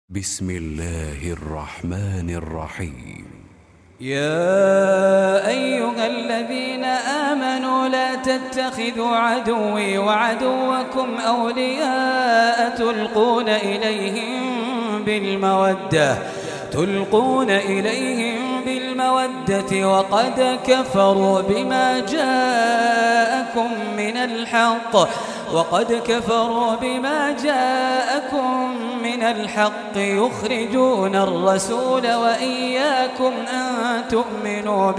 بسم الله الرحمن الرحيم. يا أيها الذين آمنوا لا تتخذوا عدوي وعدوكم أولياء تلقون إليهم بالمودة وقد كفروا بما جاءكم من الحق يخرجون الرسول وإياكم أن تؤمنوا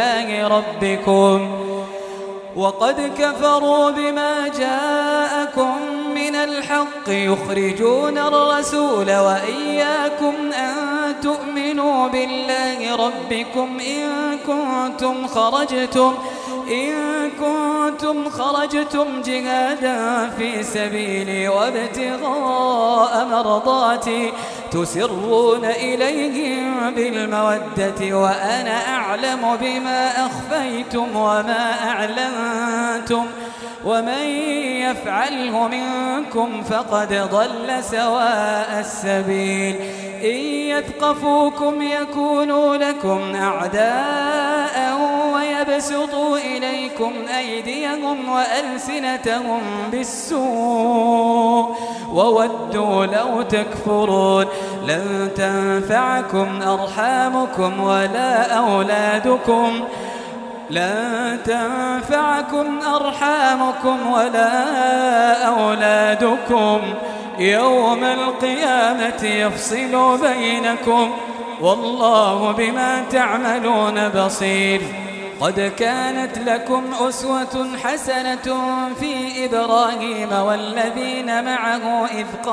بالله ربكم إن كنتم خرجتم جهادا في سبيلي وابتغاء مرضاتي تسرون إليهم بالمودة وأنا أعلم بما أخفيتم وما أعلنتم ومن يفعله منكم فقد ضل سواء السبيل إن يثقفوكم يكونوا لكم أعداء ويبسطوا إليكم أيديهم وألسنتهم بالسوء وودوا لو تكفرون لن تنفعكم أرحامكم ولا أولادكم يوم القيامة يفصل بينكم والله بما تعملون بصير. قد كانت لكم أسوة حسنة في إبراهيم والذين معه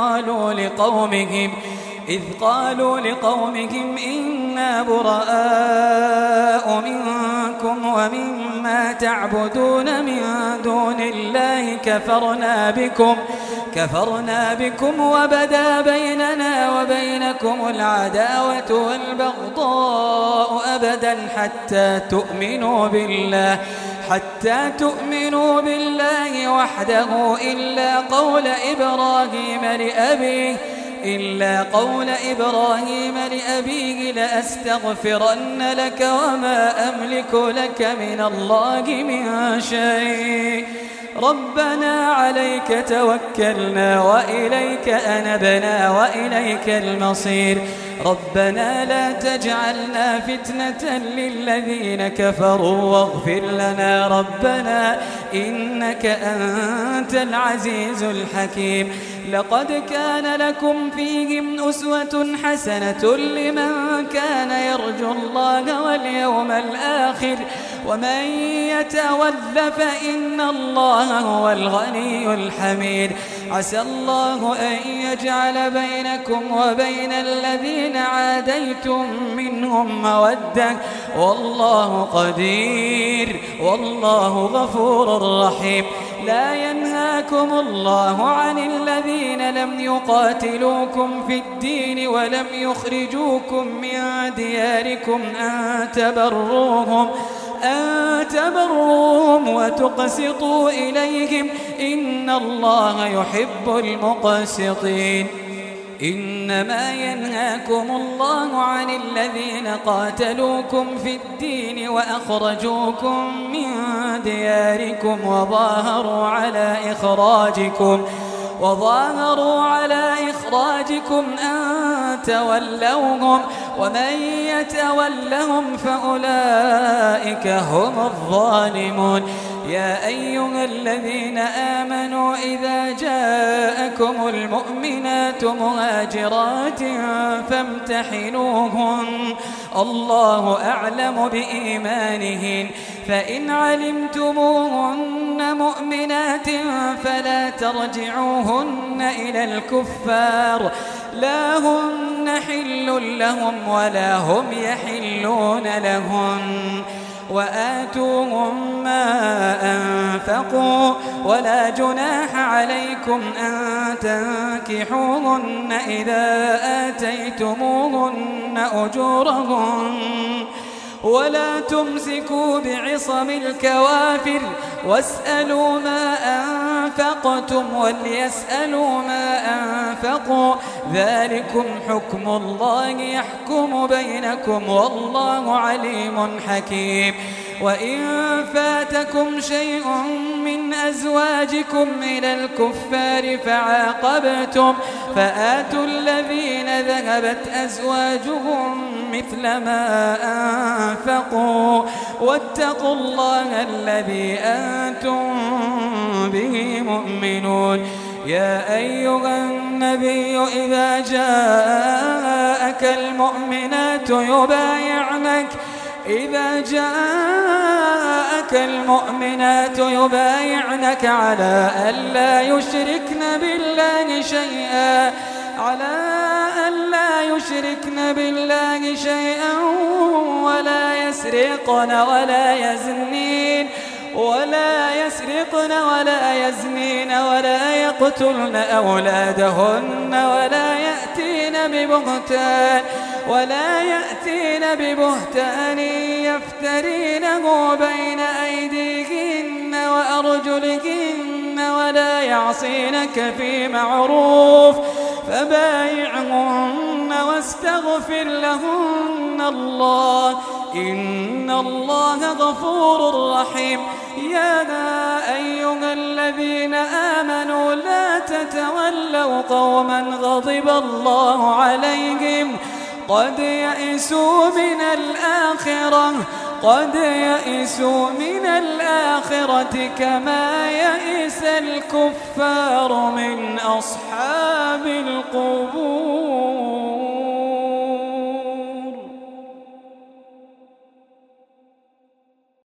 إذ قالوا لقومهم إنا براء منكم ومما تعبدون من دون الله كفرنا بكم وبدا بيننا وبينكم العداوة والبغضاء أبدا حتى تؤمنوا بالله وحده إلا قول إبراهيم لأبيه لأستغفرن لك وما أملك لك من الله من شيء ربنا عليك توكلنا وإليك أنبنا وإليك المصير ربنا لا تجعلنا فتنة للذين كفروا واغفر لنا ربنا إنك أنت العزيز الحكيم. لقد كان لكم فيهم أسوة حسنة لمن كان يرجو الله واليوم الآخر ومن يتول فإن الله هو الغني الحميد. عسى الله أن يجعل بينكم وبين الذين عاديتم منهم مودة والله قدير والله غفور رحيم. لا ينهاكم الله عن الذين لم يقاتلوكم في الدين ولم يخرجوكم من دياركم أن تبروهم وتقسطوا إليهم إن الله يحب المقسطين. إنما ينهاكم الله عن الذين قاتلوكم في الدين وأخرجوكم من دياركم وظاهروا على إخراجكم أن تولوهم ومن يتولهم فأولئك هم الظالمون. يا أيها الذين آمنوا إذا جاءكم المؤمنات مهاجرات فامتحنوهن الله أعلم بإيمانهن فإن علمتموهن مؤمنات فلا ترجعوهن إلى الكفار لا هن حل لهم ولا هم يحلون لهن وآتوهم ما أنفقوا ولا جناح عليكم أن تنكحوهن إذا آتيتموهن أجورهن ولا تمسكوا بعصم الكوافر واسألوا ما أنفقتم وليسألوا ما أنفقوا ذلكم حكم الله يحكم بينكم والله عليم حكيم. وإن فاتكم شيء من أزواجكم إلى الكفار فعاقبتم فآتوا الذين ذهبت أزواجهم مثل ما أنفقوا واتقوا الله الذي أنتم به مؤمنون. يا أيها النبي إذا جاءك المؤمنات يبايعنك على ألا يشركن بالله شيئا ولا يزنين ولا يقتلن أولادهن ولا يأتين ببهتان يفترينه بين أيديهن وأرجلهن ولا يعصينك في معروف فبايعهن واستغفر لهن الله إن الله غفور رحيم. يا أيها الذين آمنوا لا تتولوا قوما غضب الله عليهم قد يئسوا من الآخرة كما يئس الكفار من أصحاب القبور.